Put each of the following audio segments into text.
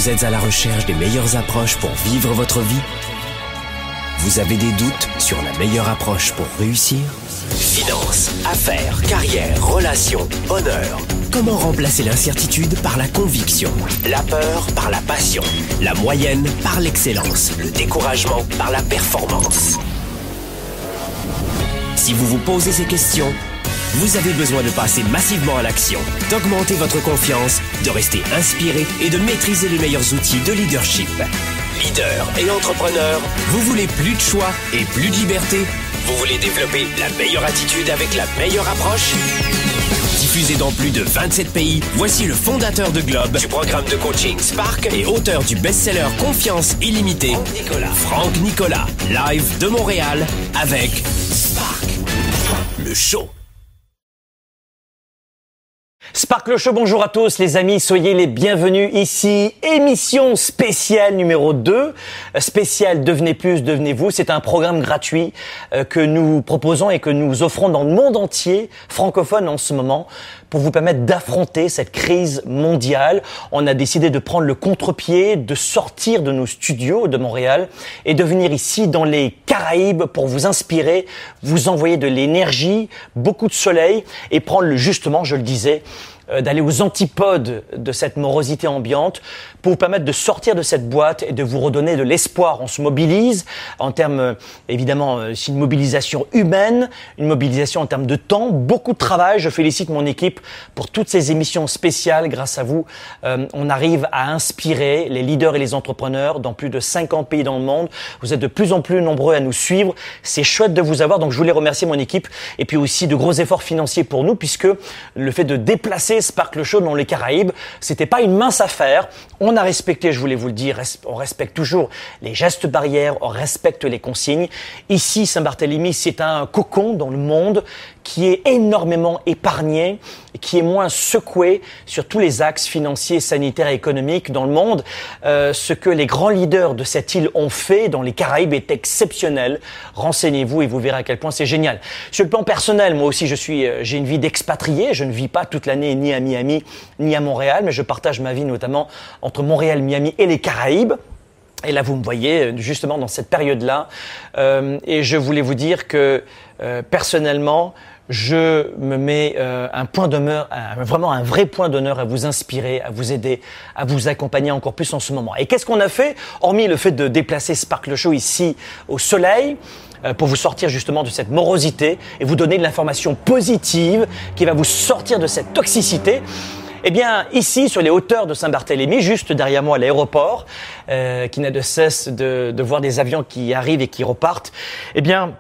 Vous êtes à la recherche des meilleures approches pour vivre votre vie? Vous avez des doutes sur la meilleure approche pour réussir? Finances, affaires, carrière, relations, honneur. Comment remplacer l'incertitude par la conviction? La peur par la passion. La moyenne par l'excellence. Le découragement par la performance. Si vous vous posez ces questions, vous avez besoin de passer massivement à l'action, d'augmenter votre confiance, de rester inspiré et de maîtriser les meilleurs outils de leadership. Leader et entrepreneur, vous voulez plus de choix et plus de liberté? Vous voulez développer la meilleure attitude avec la meilleure approche? Diffusé dans plus de 27 pays, voici le fondateur de Globe, du programme de coaching Spark et auteur du best-seller Confiance illimitée, Franck Nicolas, live de Montréal avec Spark, le show. Spark le Show, bonjour à tous les amis, soyez les bienvenus ici, émission spéciale numéro 2, spéciale Devenez plus, devenez vous, c'est un programme gratuit que nous proposons et que nous offrons dans le monde entier, francophone en ce moment, pour vous permettre d'affronter cette crise mondiale. On a décidé de prendre le contre-pied, de sortir de nos studios de Montréal et de venir ici dans les Caraïbes pour vous inspirer, vous envoyer de l'énergie, beaucoup de soleil et prendre justement, je le disais, d'aller aux antipodes de cette morosité ambiante pour vous permettre de sortir de cette boîte et de vous redonner de l'espoir. On se mobilise en termes, évidemment, c'est une mobilisation humaine, une mobilisation en termes de temps, beaucoup de travail. Je félicite mon équipe pour toutes ces émissions spéciales. Grâce à vous, on arrive à inspirer les leaders et les entrepreneurs dans plus de 50 pays dans le monde. Vous êtes de plus en plus nombreux à nous suivre. C'est chouette de vous avoir. Donc, je voulais remercier mon équipe et puis aussi de gros efforts financiers pour nous puisque le fait de déplacer Spark le Show dans les Caraïbes, c'était pas une mince affaire. On a respecté, je voulais vous le dire, on respecte toujours les gestes barrières, on respecte les consignes. Ici, Saint-Barthélemy, c'est un cocon dans le monde qui est énormément épargné, qui est moins secoué sur tous les axes financiers, sanitaires et économiques dans le monde. Ce que les grands leaders de cette île ont fait dans les Caraïbes est exceptionnel. Renseignez-vous et vous verrez à quel point c'est génial. Sur le plan personnel, moi aussi, j'ai une vie d'expatrié. Je ne vis pas toute l'année ni à Miami, ni à Montréal, mais je partage ma vie notamment entre Montréal, Miami et les Caraïbes. Et là, vous me voyez justement dans cette période-là. Et je voulais vous dire que personnellement, je me mets un point d'honneur, vraiment un vrai point d'honneur à vous inspirer, à vous aider, à vous accompagner encore plus en ce moment. Et qu'est-ce qu'on a fait, hormis le fait de déplacer Spark le Show ici au soleil, pour vous sortir justement de cette morosité et vous donner de l'information positive qui va vous sortir de cette toxicité? Eh bien, ici, sur les hauteurs de Saint-Barthélemy, juste derrière moi, l'aéroport, qui n'a de cesse de voir des avions qui arrivent et qui repartent, eh bien,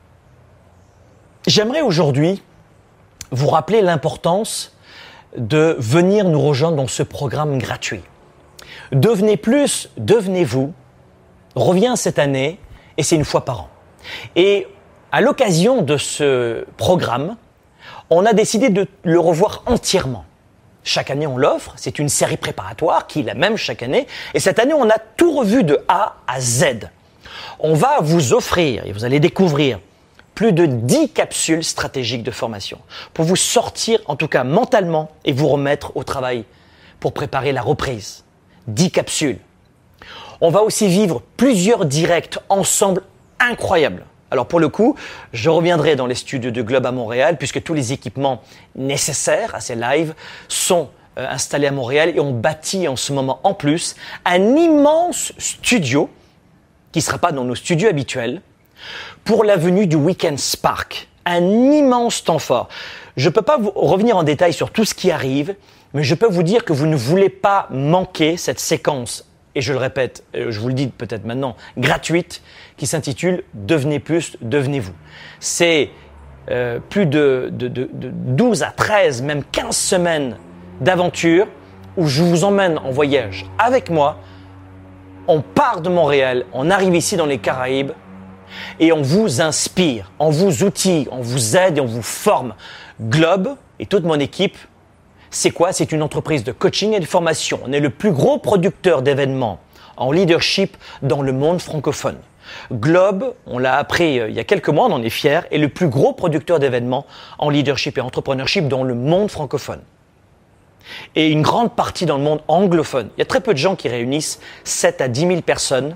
j'aimerais aujourd'hui vous rappeler l'importance de venir nous rejoindre dans ce programme gratuit. Devenez plus, devenez vous, revient cette année et c'est une fois par an. Et à l'occasion de ce programme, on a décidé de le revoir entièrement. Chaque année, on l'offre. C'est une série préparatoire qui est la même chaque année. Et cette année, on a tout revu de A à Z. On va vous offrir, et vous allez découvrir, plus de 10 capsules stratégiques de formation pour vous sortir, en tout cas mentalement, et vous remettre au travail pour préparer la reprise. 10 capsules. On va aussi vivre plusieurs directs ensemble incroyables. Alors pour le coup, je reviendrai dans les studios de Globe à Montréal puisque tous les équipements nécessaires à ces lives sont installés à Montréal et on bâtit en ce moment en plus un immense studio qui ne sera pas dans nos studios habituels pour la venue du Weekend Spark. Un immense temps fort. Je ne peux pas vous revenir en détail sur tout ce qui arrive, mais je peux vous dire que vous ne voulez pas manquer cette séquence. Et je le répète, je vous le dis peut-être maintenant, gratuite, qui s'intitule « Devenez plus, devenez vous ». C'est plus de 12 à 13, même 15 semaines d'aventure où je vous emmène en voyage avec moi. On part de Montréal, on arrive ici dans les Caraïbes et on vous inspire, on vous outille, on vous aide et on vous forme. Globe et toute mon équipe, c'est quoi? C'est une entreprise de coaching et de formation. On est le plus gros producteur d'événements en leadership dans le monde francophone. Globe, on l'a appris il y a quelques mois, on en est fiers, est le plus gros producteur d'événements en leadership et entrepreneurship dans le monde francophone. et une grande partie dans le monde anglophone. Il y a très peu de gens qui réunissent 7 à 10 000 personnes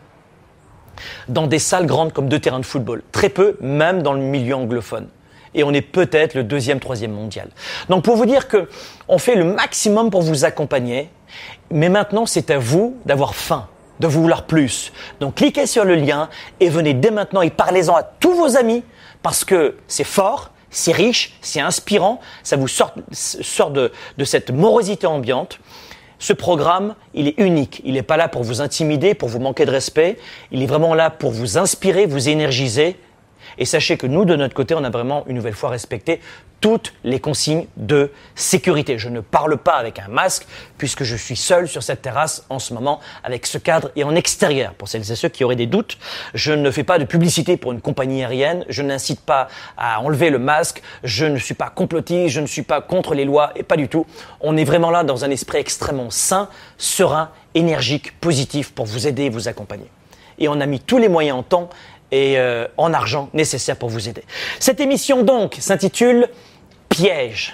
dans des salles grandes comme 2 terrains de football. Très peu, même dans le milieu anglophone. Et on est peut-être le 2e, 3e mondial. Donc pour vous dire qu'on fait le maximum pour vous accompagner, mais maintenant c'est à vous d'avoir faim, de vouloir plus. Donc cliquez sur le lien et venez dès maintenant et parlez-en à tous vos amis parce que c'est fort, c'est riche, c'est inspirant, ça vous sort de cette morosité ambiante. Ce programme, il est unique. Il n'est pas là pour vous intimider, pour vous manquer de respect. Il est vraiment là pour vous inspirer, vous énergiser. Et sachez que nous, de notre côté, on a vraiment une nouvelle fois respecté toutes les consignes de sécurité. Je ne parle pas avec un masque puisque je suis seul sur cette terrasse en ce moment avec ce cadre et en extérieur. Pour celles et ceux qui auraient des doutes, je ne fais pas de publicité pour une compagnie aérienne. Je n'incite pas à enlever le masque. Je ne suis pas complotiste. Je ne suis pas contre les lois et pas du tout. On est vraiment là dans un esprit extrêmement sain, serein, énergique, positif pour vous aider et vous accompagner. Et on a mis tous les moyens en temps et en argent nécessaires pour vous aider. Cette émission donc s'intitule Piège.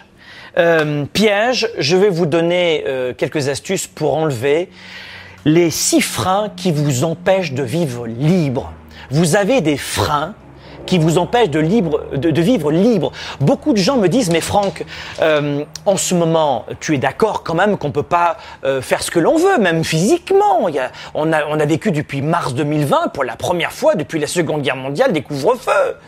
Piège, je vais vous donner quelques astuces pour enlever les 6 freins qui vous empêchent de vivre libre. Vous avez des freins qui vous empêchent de vivre libre. Beaucoup de gens me disent, mais Franck, en ce moment, tu es d'accord quand même qu'on peut pas faire ce que l'on veut, même physiquement. On a vécu depuis mars 2020, pour la première fois depuis la Seconde Guerre mondiale, des couvre-feux.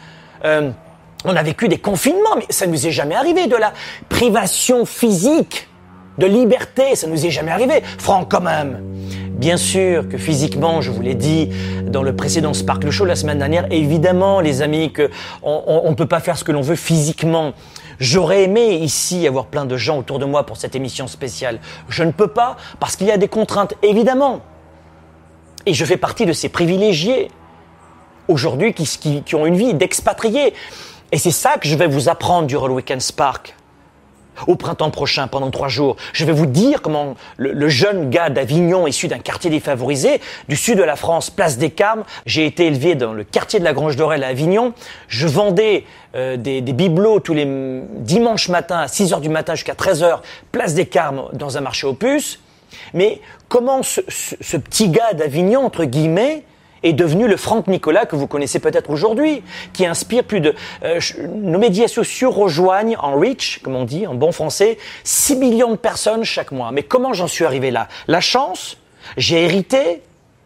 On a vécu des confinements, mais ça ne nous est jamais arrivé, de la privation physique, de liberté, ça ne nous est jamais arrivé. Franck, quand même. Bien sûr que physiquement, je vous l'ai dit dans le précédent Sparkle Show la semaine dernière, évidemment, les amis, on ne peut pas faire ce que l'on veut physiquement. J'aurais aimé ici avoir plein de gens autour de moi pour cette émission spéciale. Je ne peux pas parce qu'il y a des contraintes, évidemment. Et je fais partie de ces privilégiés aujourd'hui qui ont une vie d'expatriés. Et c'est ça que je vais vous apprendre durant le Weekend Spark. Au printemps prochain, pendant 3 jours, je vais vous dire comment le jeune gars d'Avignon, issu d'un quartier défavorisé, du sud de la France, place des Carmes, j'ai été élevé dans le quartier de la Grange d'Orel à Avignon. Je vendais des bibelots tous les dimanches matins à 6h du matin jusqu'à 13h, place des Carmes, dans un marché aux puces. Mais comment ce petit gars d'Avignon, entre guillemets, est devenu le Franck Nicolas que vous connaissez peut-être aujourd'hui, qui inspire plus de... nos médias sociaux rejoignent en reach, comme on dit en bon français, 6 millions de personnes chaque mois. Mais comment j'en suis arrivé là? La chance? J'ai hérité?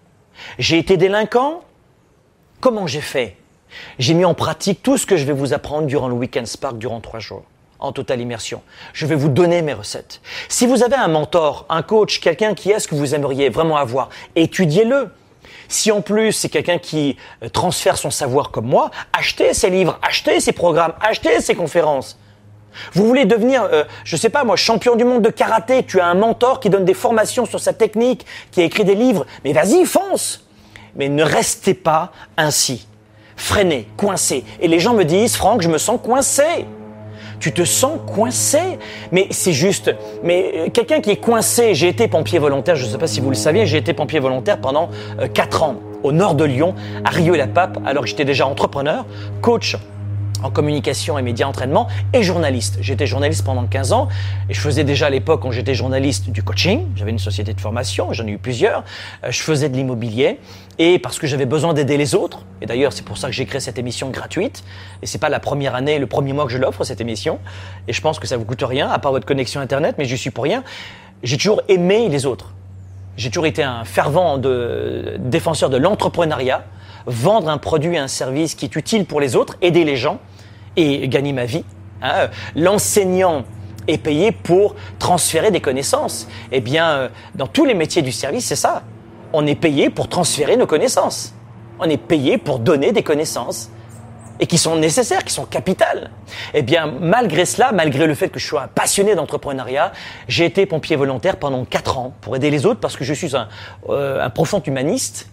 J'ai été délinquant? Comment j'ai fait? J'ai mis en pratique tout ce que je vais vous apprendre durant le Weekend Spark, durant 3 jours. En totale immersion. Je vais vous donner mes recettes. Si vous avez un mentor, un coach, quelqu'un qui est ce que vous aimeriez vraiment avoir, étudiez-le. Si en plus c'est quelqu'un qui transfère son savoir comme moi, achetez ses livres, achetez ses programmes, achetez ses conférences. Vous voulez devenir, je sais pas moi, champion du monde de karaté, tu as un mentor qui donne des formations sur sa technique, qui a écrit des livres, mais vas-y, fonce. Mais ne restez pas ainsi, freinez, coincés. Et les gens me disent, Franck, je me sens coincé. Tu te sens coincé? Mais c'est juste, mais quelqu'un qui est coincé, j'ai été pompier volontaire, je ne sais pas si vous le saviez, j'ai été pompier volontaire pendant 4 ans au nord de Lyon, à Rieux-la-Pape, alors que j'étais déjà entrepreneur, coach en communication et médias entraînement et journaliste. J'étais journaliste pendant 15 ans et je faisais déjà à l'époque, quand j'étais journaliste, du coaching. J'avais une société de formation, j'en ai eu plusieurs. Je faisais de l'immobilier et parce que j'avais besoin d'aider les autres. Et d'ailleurs, c'est pour ça que j'ai créé cette émission gratuite. Et c'est pas la première année, le premier mois que je l'offre, cette émission. Et je pense que ça vous coûte rien, à part votre connexion Internet, mais j'y suis pour rien. J'ai toujours aimé les autres. J'ai toujours été un fervent défenseur de l'entrepreneuriat, vendre un produit et un service qui est utile pour les autres, aider les gens et gagner ma vie. L'enseignant est payé pour transférer des connaissances. Eh bien, dans tous les métiers du service, c'est ça. On est payé pour transférer nos connaissances. On est payé pour donner des connaissances et qui sont nécessaires, qui sont capitales. Eh bien, malgré cela, malgré le fait que je sois un passionné d'entrepreneuriat, j'ai été pompier volontaire pendant 4 ans pour aider les autres parce que je suis un profond humaniste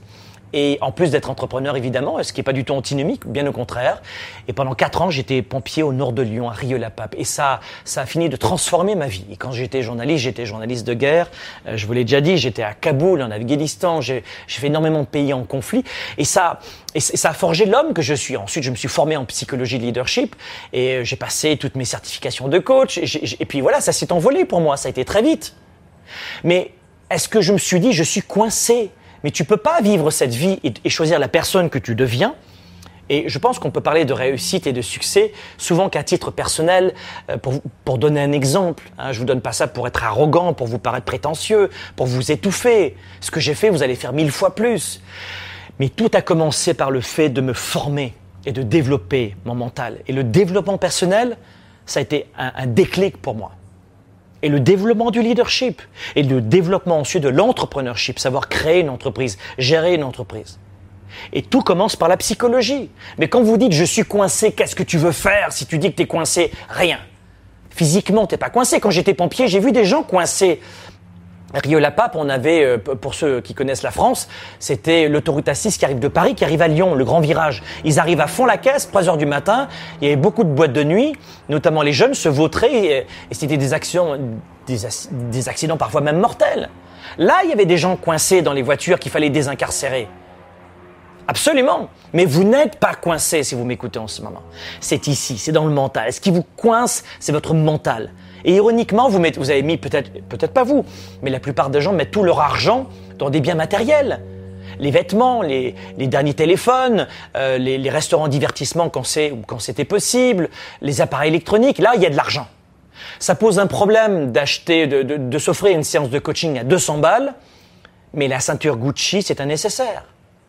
Et en plus d'être entrepreneur, évidemment, ce qui n'est pas du tout antinomique, bien au contraire. Et pendant 4 ans, j'étais pompier au nord de Lyon, à Rieux-la-Pape. Et ça a fini de transformer ma vie. Et quand j'étais journaliste de guerre. Je vous l'ai déjà dit, j'étais à Kaboul, en Afghanistan. J'ai fait énormément de pays en conflit. Et ça a forgé l'homme que je suis. Ensuite, je me suis formé en psychologie de leadership. Et j'ai passé toutes mes certifications de coach. Et puis voilà, ça s'est envolé pour moi. Ça a été très vite. Mais est-ce que je me suis dit, je suis coincé? Mais tu peux pas vivre cette vie et choisir la personne que tu deviens. Et je pense qu'on peut parler de réussite et de succès souvent qu'à titre personnel. Pour donner un exemple, je vous donne pas ça pour être arrogant, pour vous paraître prétentieux, pour vous étouffer. Ce que j'ai fait, vous allez faire 1000 fois plus. Mais tout a commencé par le fait de me former et de développer mon mental. Et le développement personnel, ça a été un déclic pour moi. Et le développement du leadership, et le développement ensuite de l'entrepreneurship, savoir créer une entreprise, gérer une entreprise. Et tout commence par la psychologie. Mais quand vous dites « je suis coincé », qu'est-ce que tu veux faire si tu dis que tu es coincé? Rien. Physiquement, tu n'es pas coincé. Quand j'étais pompier, j'ai vu des gens coincés. Rieux-la-Pape, on avait, pour ceux qui connaissent la France, c'était l'autoroute A6 qui arrive de Paris, qui arrive à Lyon, le grand virage. Ils arrivent à fond la caisse, 3 heures du matin. Il y avait beaucoup de boîtes de nuit, notamment les jeunes se vautraient et c'était des accidents parfois même mortels. Là, il y avait des gens coincés dans les voitures qu'il fallait désincarcérer. Absolument. Mais vous n'êtes pas coincé si vous m'écoutez en ce moment. C'est ici, c'est dans le mental. Ce qui vous coince, c'est votre mental. Et ironiquement, vous avez mis, peut-être pas vous, mais la plupart des gens mettent tout leur argent dans des biens matériels. Les vêtements, les derniers téléphones, les restaurants divertissement quand c'était possible, les appareils électroniques. Là, il y a de l'argent. Ça pose un problème d'acheter, de s'offrir une séance de coaching à 200 balles, mais la ceinture Gucci, c'est un nécessaire.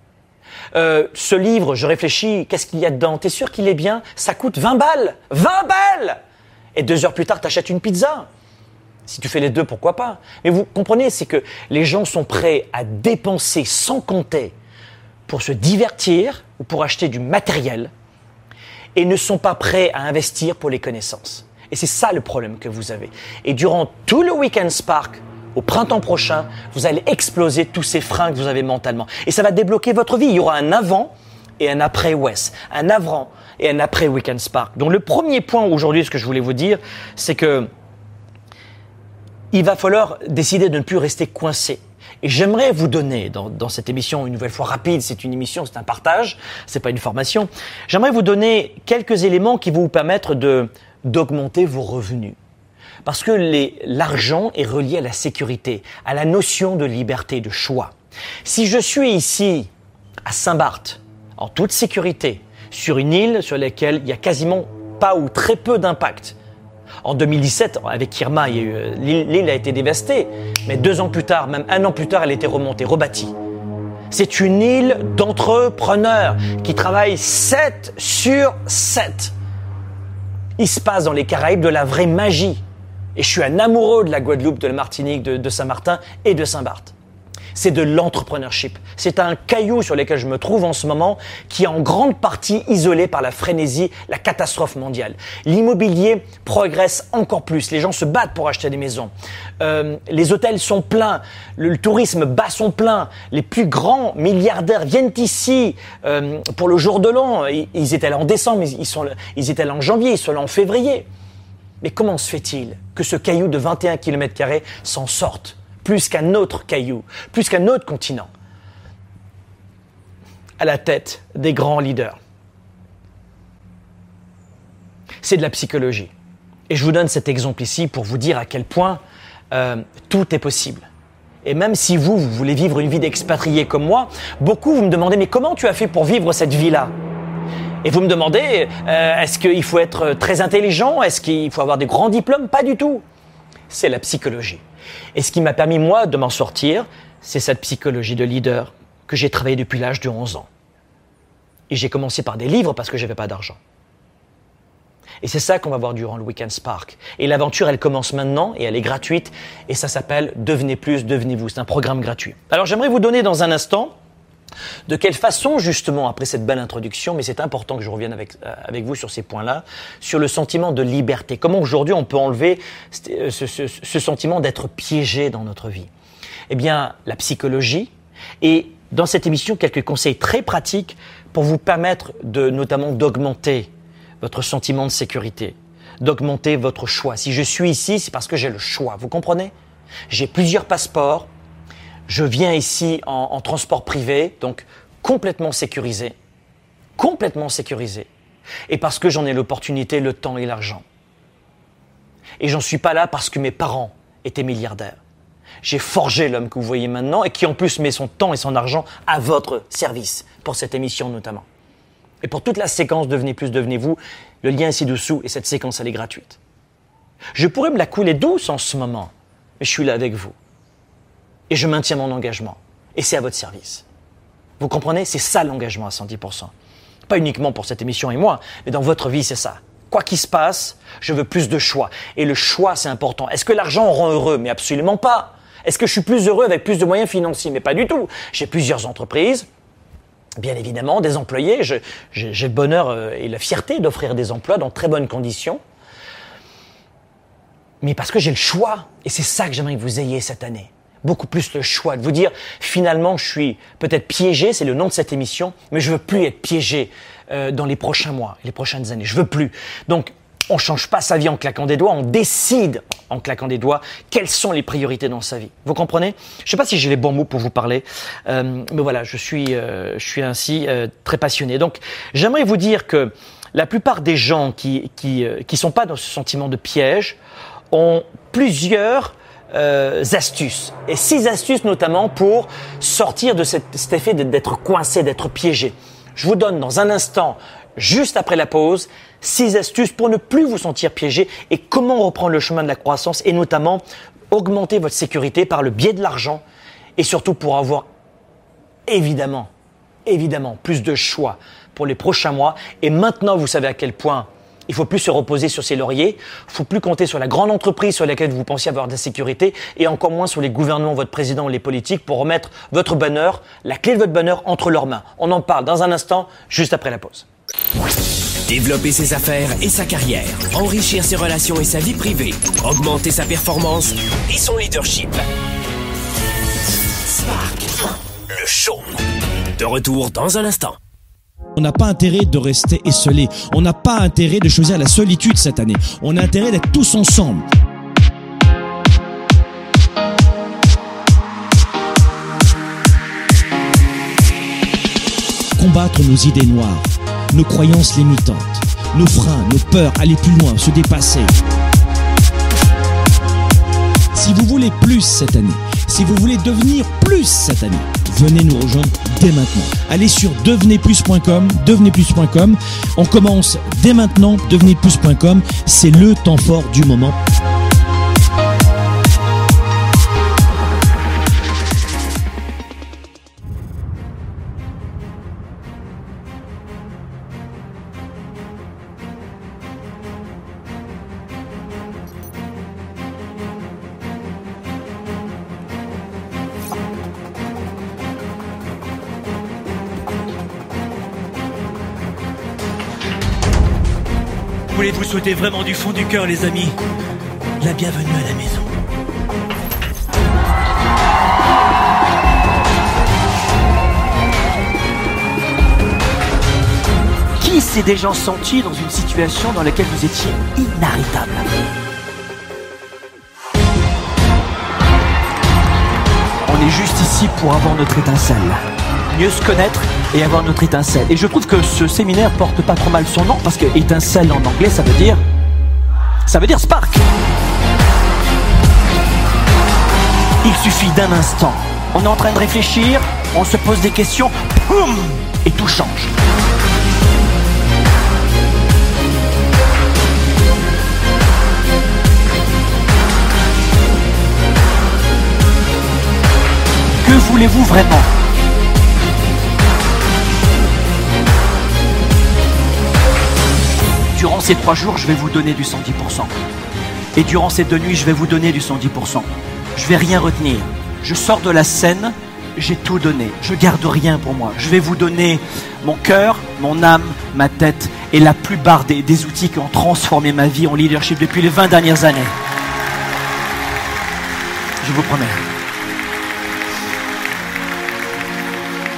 Ce livre, je réfléchis, qu'est-ce qu'il y a dedans? T'es sûr qu'il est bien? Ça coûte 20 balles! 20 balles! Et 2 heures plus tard, t'achètes une pizza. Si tu fais les deux, pourquoi pas? Mais vous comprenez, c'est que les gens sont prêts à dépenser sans compter pour se divertir ou pour acheter du matériel et ne sont pas prêts à investir pour les connaissances. Et c'est ça le problème que vous avez. Et durant tout le Weekend Spark, au printemps prochain, vous allez exploser tous ces freins que vous avez mentalement. Et ça va débloquer votre vie. Il y aura un avant et un après West. Un avant et un après Weekend Spark. Donc le premier point aujourd'hui, ce que je voulais vous dire, c'est que il va falloir décider de ne plus rester coincé. Et j'aimerais vous donner, dans cette émission, une nouvelle fois rapide, c'est une émission, c'est un partage, c'est pas une formation, j'aimerais vous donner quelques éléments qui vont vous permettre d'augmenter vos revenus. Parce que l'argent est relié à la sécurité, à la notion de liberté, de choix. Si je suis ici, à Saint-Barth, en toute sécurité, sur une île sur laquelle il y a quasiment pas ou très peu d'impact. En 2017, avec Irma, l'île a été dévastée, mais 2 ans plus tard, même 1 an plus tard, elle a été remontée, rebâtie. C'est une île d'entrepreneurs qui travaillent 7 sur 7. Il se passe dans les Caraïbes de la vraie magie. Et je suis un amoureux de la Guadeloupe, de la Martinique, de Saint-Martin et de Saint-Barth. C'est de l'entrepreneurship. C'est un caillou sur lequel je me trouve en ce moment qui est en grande partie isolé par la frénésie, la catastrophe mondiale. L'immobilier progresse encore plus. Les gens se battent pour acheter des maisons. Les hôtels sont pleins. Le tourisme bat son plein. Les plus grands milliardaires viennent ici pour le jour de l'an. Ils étaient là en décembre, ils étaient là en janvier, ils sont là en février. Mais comment se fait-il que ce caillou de 21 km² s'en sorte plus qu'un autre caillou, plus qu'un autre continent, à la tête des grands leaders? C'est de la psychologie. Et je vous donne cet exemple ici pour vous dire à quel point tout est possible. Et même si vous voulez vivre une vie d'expatrié comme moi, beaucoup vous me demandez « mais comment tu as fait pour vivre cette vie-là » Et vous me demandez, est-ce qu'il faut être très intelligent? Est-ce qu'il faut avoir des grands diplômes? Pas du tout. C'est la psychologie. Et ce qui m'a permis, moi, de m'en sortir, c'est cette psychologie de leader que j'ai travaillé depuis l'âge de 11 ans. Et j'ai commencé par des livres parce que je n'avais pas d'argent. Et c'est ça qu'on va voir durant le Weekend Spark. Et l'aventure, elle commence maintenant et elle est gratuite. Et ça s'appelle « Devenez plus, devenez-vous ». C'est un programme gratuit. Alors, j'aimerais vous donner dans un instant de quelle façon, justement, après cette belle introduction, mais c'est important que je revienne avec vous sur ces points-là, sur le sentiment de liberté. Comment aujourd'hui on peut enlever ce sentiment d'être piégé dans notre vie? Eh bien, la psychologie et dans cette émission quelques conseils très pratiques pour vous permettre notamment d'augmenter votre sentiment de sécurité, d'augmenter votre choix. Si je suis ici, c'est parce que j'ai le choix. Vous comprenez? J'ai plusieurs passeports. Je viens ici en transport privé, donc complètement sécurisé. Complètement sécurisé. Et parce que j'en ai l'opportunité, le temps et l'argent. Et j'en suis pas là parce que mes parents étaient milliardaires. J'ai forgé l'homme que vous voyez maintenant et qui en plus met son temps et son argent à votre service, pour cette émission notamment. Et pour toute la séquence Devenez plus, devenez-vous, le lien est ci-dessous et cette séquence elle est gratuite. Je pourrais me la couler douce en ce moment, mais je suis là avec vous. Et je maintiens mon engagement. Et c'est à votre service. Vous comprenez? C'est ça l'engagement à 110%. Pas uniquement pour cette émission et moi, mais dans votre vie c'est ça. Quoi qu'il se passe, je veux plus de choix. Et le choix, c'est important. Est-ce que l'argent rend heureux? Mais absolument pas. Est-ce que je suis plus heureux avec plus de moyens financiers? Mais pas du tout. J'ai plusieurs entreprises, bien évidemment, des employés. J'ai le bonheur et la fierté d'offrir des emplois dans très bonnes conditions. Mais parce que j'ai le choix. Et c'est ça que j'aimerais que vous ayez cette année. Beaucoup plus le choix de vous dire, finalement, je suis peut-être piégé, c'est le nom de cette émission, mais je veux plus être piégé dans les prochains mois, les prochaines années. Je veux plus. Donc, on change pas sa vie en claquant des doigts, on décide en claquant des doigts quelles sont les priorités dans sa vie. Vous comprenez? Je sais pas si j'ai les bons mots pour vous parler, mais voilà, je suis ainsi très passionné. Donc, j'aimerais vous dire que la plupart des gens qui sont pas dans ce sentiment de piège ont plusieurs astuces. Et 6 astuces notamment pour sortir de cet effet d'être coincé, d'être piégé. Je vous donne dans un instant, juste après la pause, 6 astuces pour ne plus vous sentir piégé et comment reprendre le chemin de la croissance et notamment augmenter votre sécurité par le biais de l'argent et surtout pour avoir évidemment plus de choix pour les prochains mois. Et maintenant, vous savez à quel point il ne faut plus se reposer sur ses lauriers, il ne faut plus compter sur la grande entreprise sur laquelle vous pensiez avoir de la sécurité et encore moins sur les gouvernements, votre président ou les politiques pour remettre votre bonheur, la clé de votre bonheur entre leurs mains. On en parle dans un instant, juste après la pause. Développer ses affaires et sa carrière, enrichir ses relations et sa vie privée, augmenter sa performance et son leadership. Spark, le show. De retour dans un instant. On n'a pas intérêt de rester esseulé. On n'a pas intérêt de choisir la solitude cette année. On a intérêt d'être tous ensemble. Combattre nos idées noires, nos croyances limitantes, nos freins, nos peurs, aller plus loin, se dépasser. Si vous voulez plus cette année, si vous voulez devenir plus cette année, venez nous rejoindre dès maintenant. Allez sur devenezplus.com, devenezplus.com. On commence dès maintenant, devenezplus.com. C'est le temps fort du moment. Voulez-vous souhaiter vraiment du fond du cœur, les amis, la bienvenue à la maison. Qui s'est déjà senti dans une situation dans laquelle vous étiez inarrêtable? On est juste ici pour avoir notre étincelle. Mieux se connaître et avoir notre étincelle. Et je trouve que ce séminaire porte pas trop mal son nom parce que étincelle en anglais ça veut dire spark. Il suffit d'un instant. On est en train de réfléchir, on se pose des questions, boum, et tout change. Que voulez-vous vraiment ? Durant ces 3 jours, je vais vous donner du 110%. Et durant ces 2 nuits, je vais vous donner du 110%. Je vais rien retenir. Je sors de la scène, j'ai tout donné. Je garde rien pour moi. Je vais vous donner mon cœur, mon âme, ma tête et la plupart des outils qui ont transformé ma vie en leadership depuis les 20 dernières années. Je vous promets.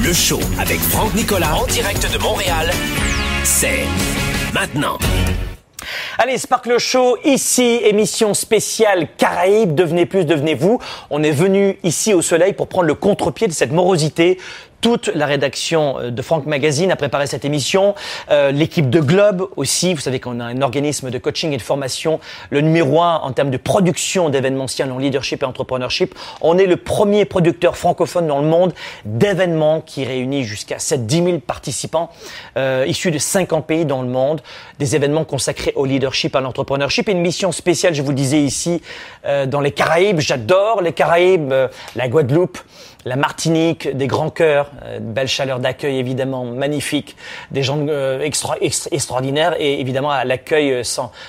Le show avec Franck Nicolas en direct de Montréal, c'est maintenant. Allez, Sparkle Show, ici, émission spéciale Caraïbes, devenez plus, devenez vous. On est venu ici au soleil pour prendre le contre-pied de cette morosité. Toute la rédaction de Franck Magazine a préparé cette émission. L'équipe de Globe aussi. Vous savez qu'on a un organisme de coaching et de formation, le numéro 1 en termes de production d'événementiel en leadership et entrepreneurship. On est le premier producteur francophone dans le monde d'événements qui réunit jusqu'à 7-10 000 participants issus de 50 pays dans le monde. Des événements consacrés au leadership, à l'entrepreneurship. Et une mission spéciale, je vous le disais ici, dans les Caraïbes. J'adore les Caraïbes, la Guadeloupe, la Martinique, des grands cœurs, belle chaleur d'accueil évidemment, magnifique, des gens extraordinaires et évidemment à l'accueil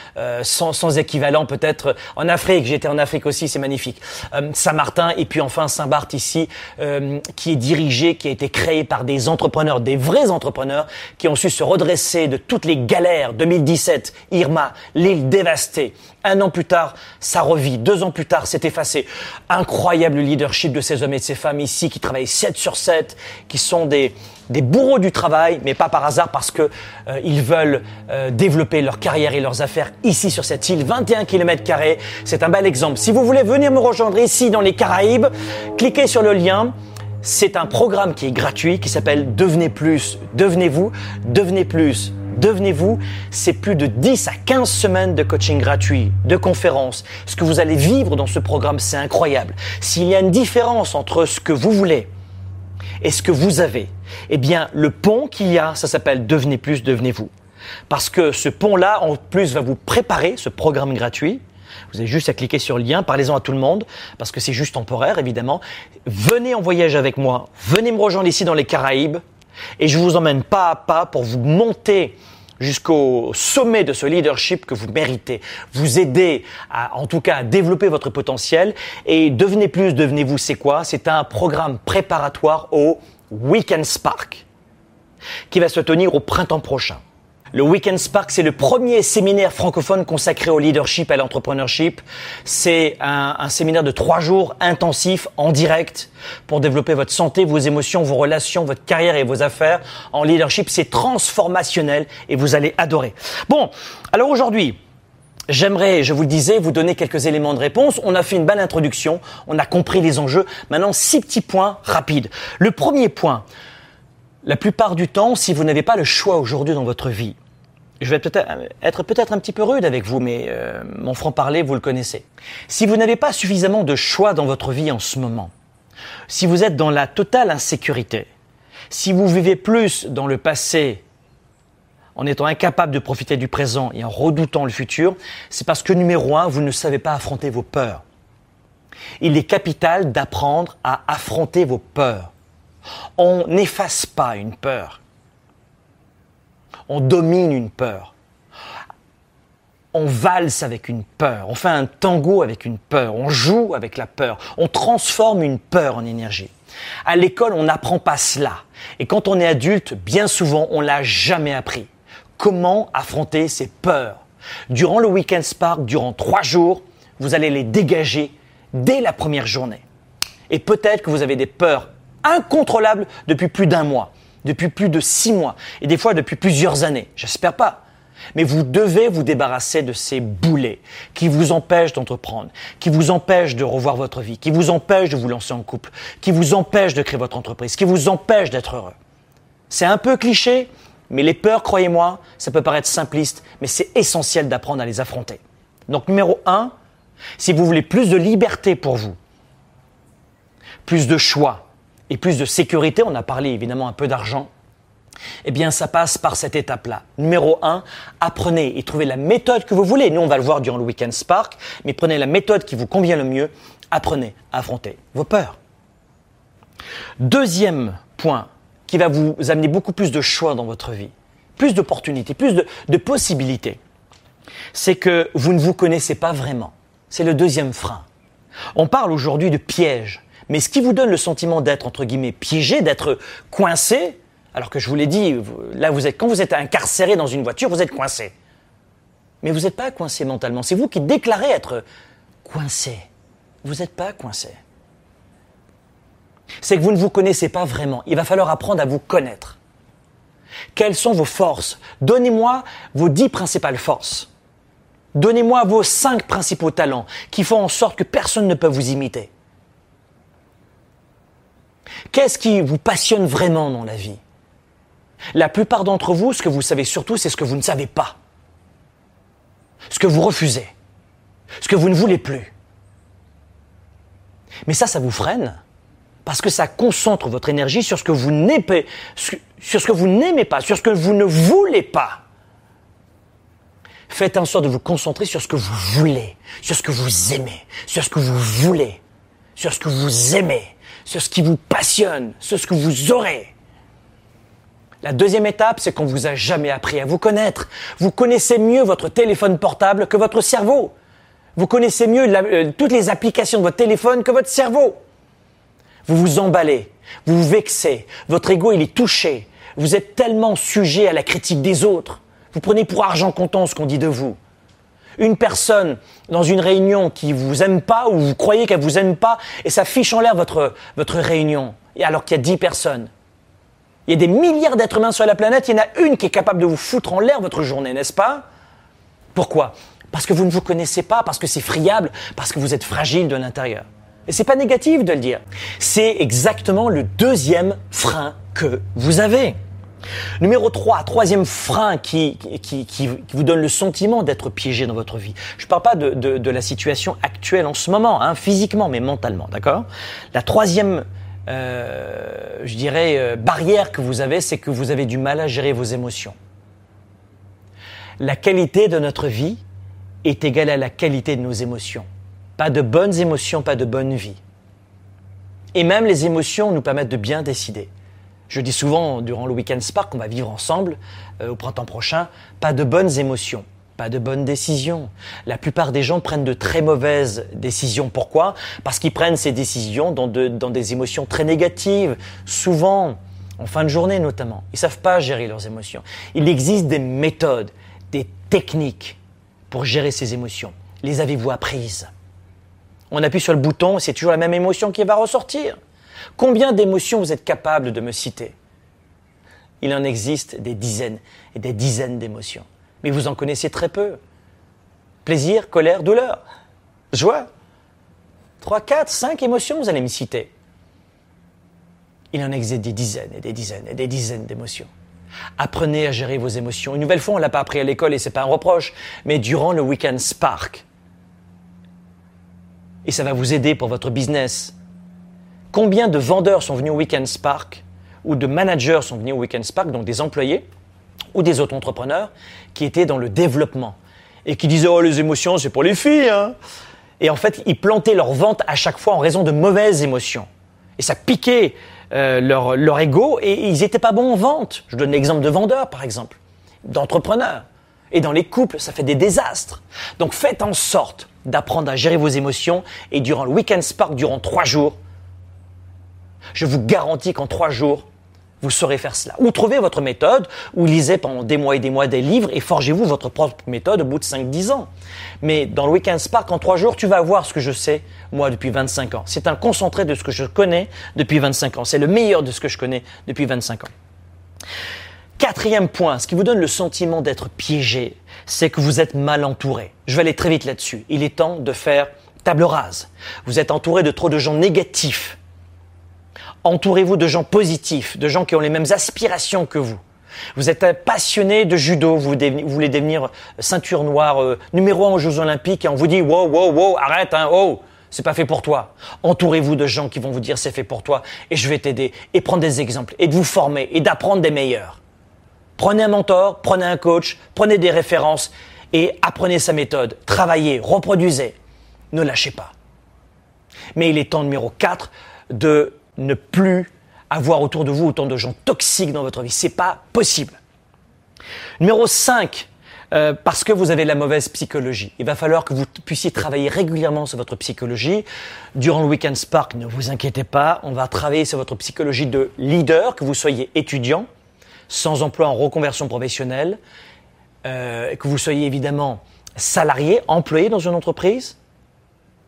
sans équivalent peut-être en Afrique. J'étais en Afrique aussi, c'est magnifique. Saint-Martin et puis enfin Saint-Barth ici, qui est dirigé, qui a été créé par des entrepreneurs, des vrais entrepreneurs qui ont su se redresser de toutes les galères. 2017, Irma, l'île dévastée. 1 an plus tard, ça revit. 2 ans plus tard, c'est effacé. Incroyable leadership de ces hommes et de ces femmes ici qui travaillent 7/7, qui sont des bourreaux du travail, mais pas par hasard parce que ils veulent développer leur carrière et leurs affaires ici sur cette île. 21 km². C'est un bel exemple. Si vous voulez venir me rejoindre ici dans les Caraïbes, cliquez sur le lien. C'est un programme qui est gratuit, qui s'appelle Devenez plus, devenez vous, devenez plus. Devenez-vous, c'est plus de 10 à 15 semaines de coaching gratuit, de conférences. Ce que vous allez vivre dans ce programme, c'est incroyable. S'il y a une différence entre ce que vous voulez et ce que vous avez, eh bien, le pont qu'il y a, ça s'appelle Devenez plus, devenez-vous. Parce que ce pont-là, en plus, va vous préparer ce programme gratuit. Vous avez juste à cliquer sur le lien, parlez-en à tout le monde, parce que c'est juste temporaire, évidemment. Venez en voyage avec moi, venez me rejoindre ici dans les Caraïbes, et je vous emmène pas à pas pour vous monter jusqu'au sommet de ce leadership que vous méritez. Vous aider en tout cas, à développer votre potentiel. Et Devenez plus, devenez-vous, c'est quoi? C'est un programme préparatoire au Weekend Spark qui va se tenir au printemps prochain. Le Weekend Spark, c'est le premier séminaire francophone consacré au leadership et à l'entrepreneurship. C'est un séminaire de 3 jours intensif, en direct, pour développer votre santé, vos émotions, vos relations, votre carrière et vos affaires. En leadership, c'est transformationnel et vous allez adorer. Bon, alors aujourd'hui, j'aimerais, je vous le disais, vous donner quelques éléments de réponse. On a fait une belle introduction, on a compris les enjeux. Maintenant, 6 petits points rapides. Le premier point, la plupart du temps, si vous n'avez pas le choix aujourd'hui dans votre vie, je vais être peut-être un petit peu rude avec vous, mais mon franc-parler, vous le connaissez. Si vous n'avez pas suffisamment de choix dans votre vie en ce moment, si vous êtes dans la totale insécurité, si vous vivez plus dans le passé, en étant incapable de profiter du présent et en redoutant le futur, c'est parce que numéro 1, vous ne savez pas affronter vos peurs. Il est capital d'apprendre à affronter vos peurs. On n'efface pas une peur. On domine une peur. On valse avec une peur. On fait un tango avec une peur. On joue avec la peur. On transforme une peur en énergie. À l'école, on n'apprend pas cela. Et quand on est adulte, bien souvent, on l'a jamais appris. Comment affronter ces peurs? Durant le Weekend Spark, durant 3 jours, vous allez les dégager dès la première journée. Et peut-être que vous avez des peurs incontrôlables depuis plus d'1 mois, depuis plus de 6 mois et des fois depuis plusieurs années. J'espère pas. Mais vous devez vous débarrasser de ces boulets qui vous empêchent d'entreprendre, qui vous empêchent de revoir votre vie, qui vous empêchent de vous lancer en couple, qui vous empêchent de créer votre entreprise, qui vous empêchent d'être heureux. C'est un peu cliché, mais les peurs, croyez-moi, ça peut paraître simpliste, mais c'est essentiel d'apprendre à les affronter. Donc numéro 1, si vous voulez plus de liberté pour vous, plus de choix, et plus de sécurité, on a parlé évidemment un peu d'argent, eh bien ça passe par cette étape-là. Numéro 1, apprenez et trouvez la méthode que vous voulez. Nous, on va le voir durant le Weekend Spark, mais prenez la méthode qui vous convient le mieux. Apprenez à affronter vos peurs. Deuxième point qui va vous amener beaucoup plus de choix dans votre vie, plus d'opportunités, plus de possibilités, c'est que vous ne vous connaissez pas vraiment. C'est le deuxième frein. On parle aujourd'hui de piège. Mais ce qui vous donne le sentiment d'être, entre guillemets, piégé, d'être coincé, alors que je vous l'ai dit, là, quand vous êtes incarcéré dans une voiture, vous êtes coincé. Mais vous n'êtes pas coincé mentalement. C'est vous qui déclarez être coincé. Vous n'êtes pas coincé. c'est que vous ne vous connaissez pas vraiment. Il va falloir apprendre à vous connaître. Quelles sont vos forces? Donnez-moi vos 10 principales forces. Donnez-moi vos 5 principaux talents qui font en sorte que personne ne peut vous imiter. Qu'est-ce qui vous passionne vraiment dans la vie? La plupart d'entre vous, ce que vous savez surtout, c'est ce que vous ne savez pas. Ce que vous refusez. Ce que vous ne voulez plus. Mais ça vous freine parce que ça concentre votre énergie sur ce que vous n'aimez pas, sur ce que vous ne voulez pas. Faites en sorte de vous concentrer sur ce que vous voulez, sur ce que vous aimez, sur ce que vous voulez, sur ce que vous aimez, sur ce qui vous passionne, sur ce que vous aurez. La deuxième étape, c'est qu'on vous a jamais appris à vous connaître. Vous connaissez mieux votre téléphone portable que votre cerveau. Vous connaissez mieux toutes les applications de votre téléphone que votre cerveau. Vous vous emballez, vous vous vexez, votre ego il est touché. Vous êtes tellement sujet à la critique des autres. Vous prenez pour argent comptant ce qu'on dit de vous. Une personne dans une réunion qui vous aime pas ou vous croyez qu'elle vous aime pas et ça fiche en l'air votre réunion alors qu'il y a 10 personnes. Il y a des milliards d'êtres humains sur la planète, il y en a une qui est capable de vous foutre en l'air votre journée, n'est-ce pas? Pourquoi? Parce que vous ne vous connaissez pas, parce que c'est friable, parce que vous êtes fragile de l'intérieur. Et c'est pas négatif de le dire. C'est exactement le deuxième frein que vous avez. Numéro 3, troisième frein qui vous donne le sentiment d'être piégé dans votre vie. Je ne parle pas de la situation actuelle en ce moment, physiquement, mais mentalement, d'accord? La troisième barrière que vous avez, c'est que vous avez du mal à gérer vos émotions. La qualité de notre vie est égale à la qualité de nos émotions. Pas de bonnes émotions, pas de bonne vie. Et même les émotions nous permettent de bien décider. Je dis souvent durant le Weekend Spark qu'on va vivre ensemble au printemps prochain, pas de bonnes émotions, pas de bonnes décisions. La plupart des gens prennent de très mauvaises décisions. Pourquoi? Parce qu'ils prennent ces décisions dans des émotions très négatives, souvent en fin de journée notamment. Ils ne savent pas gérer leurs émotions. Il existe des méthodes, des techniques pour gérer ces émotions. Les avez-vous apprises? On appuie sur le bouton, c'est toujours la même émotion qui va ressortir. Combien d'émotions vous êtes capable de me citer? Il en existe des dizaines et des dizaines d'émotions. Mais vous en connaissez très peu. Plaisir, colère, douleur, joie. 3, 4, 5 émotions, vous allez me citer. Il en existe des dizaines et des dizaines et des dizaines d'émotions. Apprenez à gérer vos émotions. Une nouvelle fois, on ne l'a pas appris à l'école et ce n'est pas un reproche, mais durant le Weekend Spark. Et ça va vous aider pour votre business. Combien de vendeurs sont venus au Weekend Spark ou de managers sont venus au Weekend Spark, donc des employés ou des autres entrepreneurs qui étaient dans le développement et qui disaient « Oh, les émotions, c'est pour les filles hein !» Et en fait, ils plantaient leur vente à chaque fois en raison de mauvaises émotions. Et ça piquait leur ego et ils n'étaient pas bons en vente. Je donne l'exemple de vendeurs, par exemple, d'entrepreneurs. Et dans les couples, ça fait des désastres. Donc faites en sorte d'apprendre à gérer vos émotions et durant le Weekend Spark, durant 3 jours, je vous garantis qu'en 3 jours, vous saurez faire cela. Ou trouvez votre méthode, ou lisez pendant des mois et des mois des livres et forgez-vous votre propre méthode au bout de 5-10 ans. Mais dans le Weekend Spark, en 3 jours, tu vas voir ce que je sais, moi, depuis 25 ans. C'est un concentré de ce que je connais depuis 25 ans. C'est le meilleur de ce que je connais depuis 25 ans. 4e point, ce qui vous donne le sentiment d'être piégé, c'est que vous êtes mal entouré. Je vais aller très vite là-dessus. Il est temps de faire table rase. Vous êtes entouré de trop de gens négatifs. Entourez-vous de gens positifs, de gens qui ont les mêmes aspirations que vous. Vous êtes passionné de judo, vous voulez devenir ceinture noire, numéro 1 aux Jeux Olympiques et on vous dit « Wow, arrête, c'est pas fait pour toi ». Entourez-vous de gens qui vont vous dire « C'est fait pour toi et je vais t'aider » et prendre des exemples et de vous former et d'apprendre des meilleurs. Prenez un mentor, prenez un coach, prenez des références et apprenez sa méthode. Travaillez, reproduisez. Ne lâchez pas. Mais il est temps, numéro 4, de ne plus avoir autour de vous autant de gens toxiques dans votre vie. C'est pas possible. Numéro 5, parce que vous avez la mauvaise psychologie. Il va falloir que vous puissiez travailler régulièrement sur votre psychologie. Durant le Weekend Spark, ne vous inquiétez pas, on va travailler sur votre psychologie de leader, que vous soyez étudiant, sans emploi en reconversion professionnelle, que vous soyez évidemment salarié, employé dans une entreprise,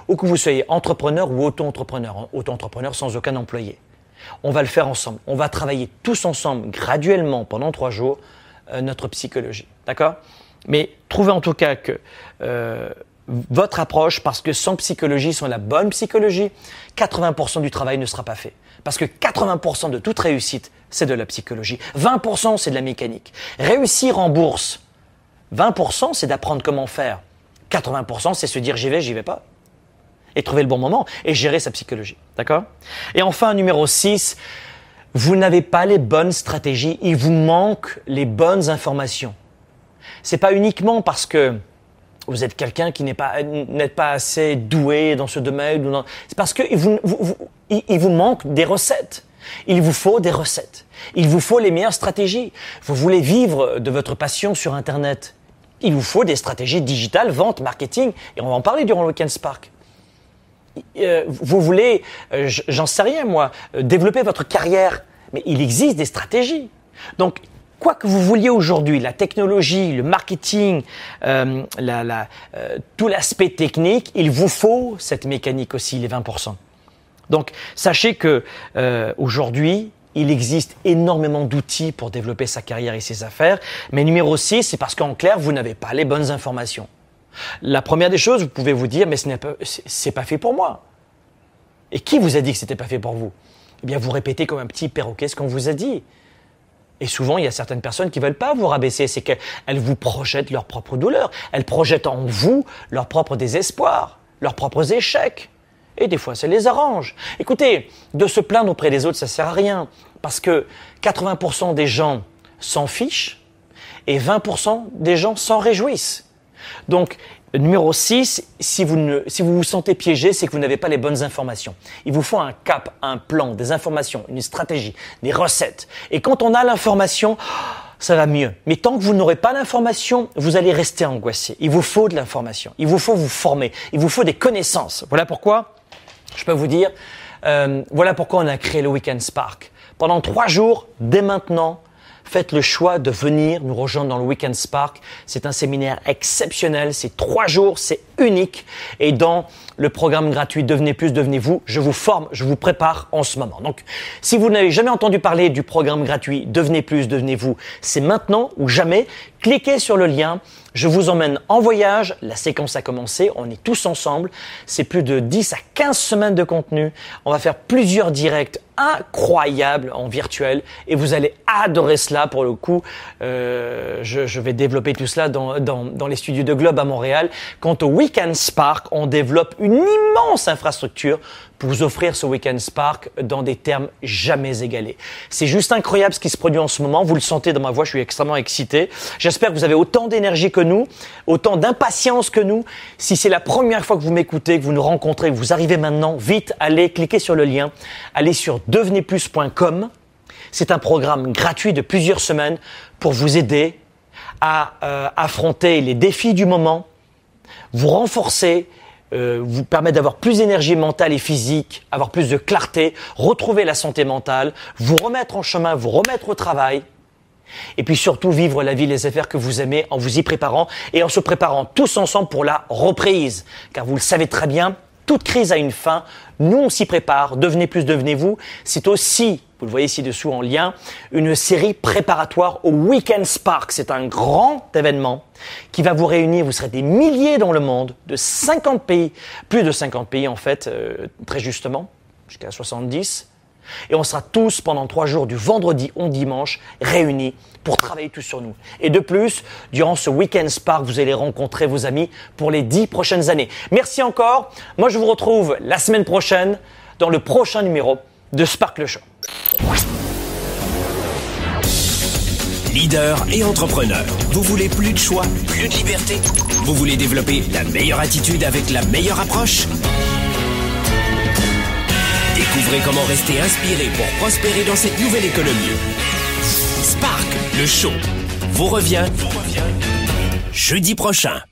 ou que vous soyez entrepreneur ou auto-entrepreneur, auto-entrepreneur sans aucun employé. On va le faire ensemble. On va travailler tous ensemble, graduellement, pendant 3 jours, notre psychologie. D'accord ? Mais trouvez en tout cas que votre approche, parce que sans psychologie, sans la bonne psychologie, 80% du travail ne sera pas fait. Parce que 80% de toute réussite, c'est de la psychologie. 20%, c'est de la mécanique. Réussir en bourse, 20%, c'est d'apprendre comment faire. 80%, c'est se dire j'y vais pas. Et trouver le bon moment et gérer sa psychologie. D'accord ? Et enfin, numéro 6, vous n'avez pas les bonnes stratégies. Il vous manque les bonnes informations. C'est pas uniquement parce que vous êtes quelqu'un qui n'êtes pas assez doué dans ce domaine. C'est parce qu'il vous manque des recettes. Il vous faut des recettes. Il vous faut les meilleures stratégies. Vous voulez vivre de votre passion sur Internet. Il vous faut des stratégies digitales, vente, marketing. Et on va en parler durant le Weekend Spark. Vous voulez, j'en sais rien moi, développer votre carrière. Mais il existe des stratégies. Donc, quoi que vous vouliez aujourd'hui, la technologie, le marketing, tout l'aspect technique, il vous faut cette mécanique aussi, les 20%. Donc, sachez que aujourd'hui, il existe énormément d'outils pour développer sa carrière et ses affaires. Mais numéro 6, c'est parce qu'en clair, vous n'avez pas les bonnes informations. La première des choses, vous pouvez vous dire, mais c'est pas fait pour moi. Et qui vous a dit que c'était pas fait pour vous ? Eh bien, vous répétez comme un petit perroquet ce qu'on vous a dit. Et souvent, il y a certaines personnes qui ne veulent pas vous rabaisser. C'est qu'elles vous projettent leur propre douleur. Elles projettent en vous leur propre désespoir, leurs propres échecs. Et des fois, ça les arrange. Écoutez, de se plaindre auprès des autres, ça ne sert à rien. Parce que 80% des gens s'en fichent et 20% des gens s'en réjouissent. Donc, numéro 6, si vous vous sentez piégé, c'est que vous n'avez pas les bonnes informations. Il vous faut un cap, un plan, des informations, une stratégie, des recettes. Et quand on a l'information, ça va mieux. Mais tant que vous n'aurez pas l'information, vous allez rester angoissé. Il vous faut de l'information. Il vous faut vous former. Il vous faut des connaissances. Voilà pourquoi, je peux vous dire, voilà pourquoi on a créé le Weekend Spark. Pendant 3 jours, dès maintenant, faites le choix de venir nous rejoindre dans le Weekend Spark. C'est un séminaire exceptionnel. C'est 3 jours, c'est unique. Et dans le programme gratuit Devenez plus, devenez vous, je vous forme, je vous prépare en ce moment. Donc, si vous n'avez jamais entendu parler du programme gratuit Devenez plus, devenez vous, c'est maintenant ou jamais. Cliquez sur le lien. Je vous emmène en voyage. La séquence a commencé. On est tous ensemble. C'est plus de 10 à 15 semaines de contenu. On va faire plusieurs directs incroyables en virtuel et vous allez adorer cela. Pour le coup, je vais développer tout cela dans les studios de Globe à Montréal. Quant au Weekend Spark, on développe une immense infrastructure pour vous offrir ce Weekend Spark dans des termes jamais égalés. C'est juste incroyable ce qui se produit en ce moment. Vous le sentez dans ma voix, je suis extrêmement excité. J'espère que vous avez autant d'énergie que nous, autant d'impatience que nous. Si c'est la première fois que vous m'écoutez, que vous nous rencontrez, que vous arrivez maintenant, vite, allez, cliquez sur le lien. Allez sur devenezplus.com. C'est un programme gratuit de plusieurs semaines pour vous aider à affronter les défis du moment, vous renforcer, vous permettre d'avoir plus d'énergie mentale et physique, avoir plus de clarté, retrouver la santé mentale, vous remettre en chemin, vous remettre au travail et puis surtout vivre la vie, les affaires que vous aimez en vous y préparant et en se préparant tous ensemble pour la reprise. Car vous le savez très bien, toute crise a une fin. Nous, on s'y prépare. Devenez plus, devenez vous. C'est aussi, vous le voyez ci-dessous en lien, une série préparatoire au Weekend Spark. C'est un grand événement qui va vous réunir. Vous serez des milliers dans le monde, de 50 pays, plus de 50 pays en fait, très justement, jusqu'à 70. Et on sera tous pendant 3 jours, du vendredi au dimanche, réunis pour travailler tous sur nous. Et de plus, durant ce Weekend Spark, vous allez rencontrer vos amis pour les 10 prochaines années. Merci encore. Moi, je vous retrouve la semaine prochaine dans le prochain numéro de Spark le Show. Leader et entrepreneur. Vous voulez plus de choix, plus de liberté? Vous voulez développer la meilleure attitude avec la meilleure approche? Découvrez comment rester inspiré pour prospérer dans cette nouvelle économie. Spark, le show, vous revient jeudi prochain.